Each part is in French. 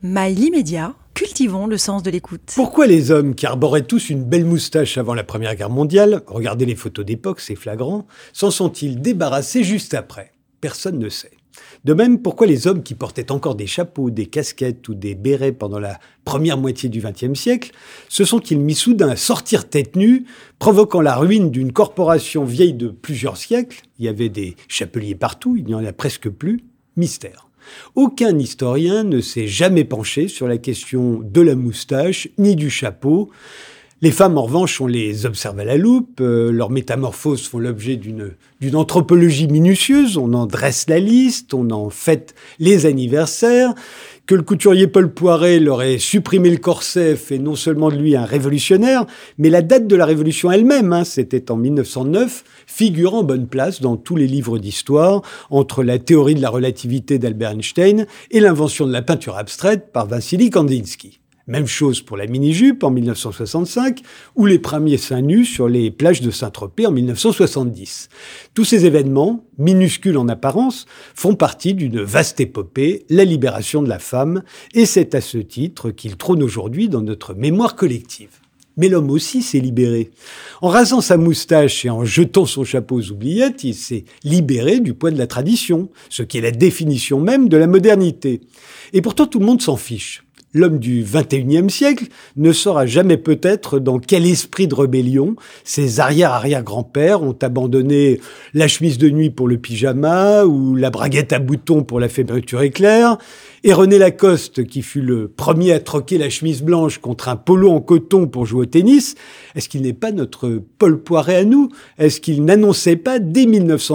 Mail immédiat, cultivons le sens de l'écoute. Pourquoi les hommes qui arboraient tous une belle moustache avant la Première Guerre mondiale, regardez les photos d'époque, c'est flagrant, s'en sont-ils débarrassés juste après ? Personne ne sait. De même, pourquoi les hommes qui portaient encore des chapeaux, des casquettes ou des bérets pendant la première moitié du XXe siècle se sont-ils mis soudain à sortir tête nue, provoquant la ruine d'une corporation vieille de plusieurs siècles ? Il y avait des chapeliers partout, il n'y en a presque plus. Mystère. Aucun historien ne s'est jamais penché sur la question de la moustache ni du chapeau. Les femmes, en revanche, on les observe à la loupe. Leurs métamorphoses font l'objet d'une anthropologie minutieuse. On en dresse la liste, on en fête les anniversaires. Que le couturier Paul Poiret leur ait supprimé le corset fait non seulement de lui un révolutionnaire, mais la date de la révolution elle-même, c'était en 1909, figure en bonne place dans tous les livres d'histoire, entre la théorie de la relativité d'Albert Einstein et l'invention de la peinture abstraite par Vassili Kandinsky. Même chose pour la mini-jupe en 1965 ou les premiers seins nus sur les plages de Saint-Tropez en 1970. Tous ces événements, minuscules en apparence, font partie d'une vaste épopée, la libération de la femme, et c'est à ce titre qu'il trône aujourd'hui dans notre mémoire collective. Mais l'homme aussi s'est libéré. En rasant sa moustache et en jetant son chapeau aux oubliettes, il s'est libéré du poids de la tradition, ce qui est la définition même de la modernité. Et pourtant tout le monde s'en fiche. L'homme du XXIe siècle ne saura jamais peut-être dans quel esprit de rébellion ses arrière-arrière-grands-pères ont abandonné la chemise de nuit pour le pyjama ou la braguette à boutons pour la fermeture éclair. Et René Lacoste, qui fut le premier à troquer la chemise blanche contre un polo en coton pour jouer au tennis, est-ce qu'il n'est pas notre Paul Poiret à nous ? Est-ce qu'il n'annonçait pas dès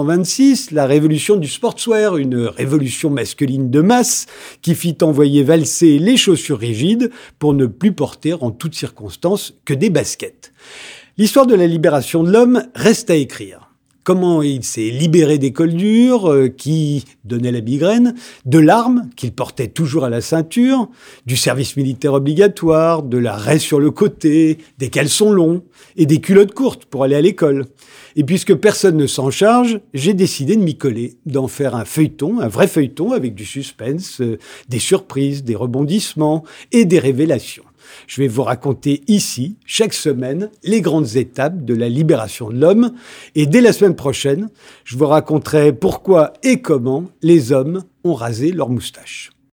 1926 la révolution du sportswear, une révolution masculine de masse qui fit envoyer valser les chaussures rigides pour ne plus porter en toutes circonstances que des baskets ? L'histoire de la libération de l'homme reste à écrire. Comment il s'est libéré des cols durs qui donnaient la migraine, de l'arme qu'il portait toujours à la ceinture, du service militaire obligatoire, de la raie sur le côté, des caleçons longs et des culottes courtes pour aller à l'école. Et puisque personne ne s'en charge, j'ai décidé de m'y coller, d'en faire un feuilleton, un vrai feuilleton avec du suspense, des surprises, des rebondissements et des révélations. Je vais vous raconter ici, chaque semaine, les grandes étapes de la libération de l'homme. Et dès la semaine prochaine, je vous raconterai pourquoi et comment les hommes ont rasé leurs moustaches.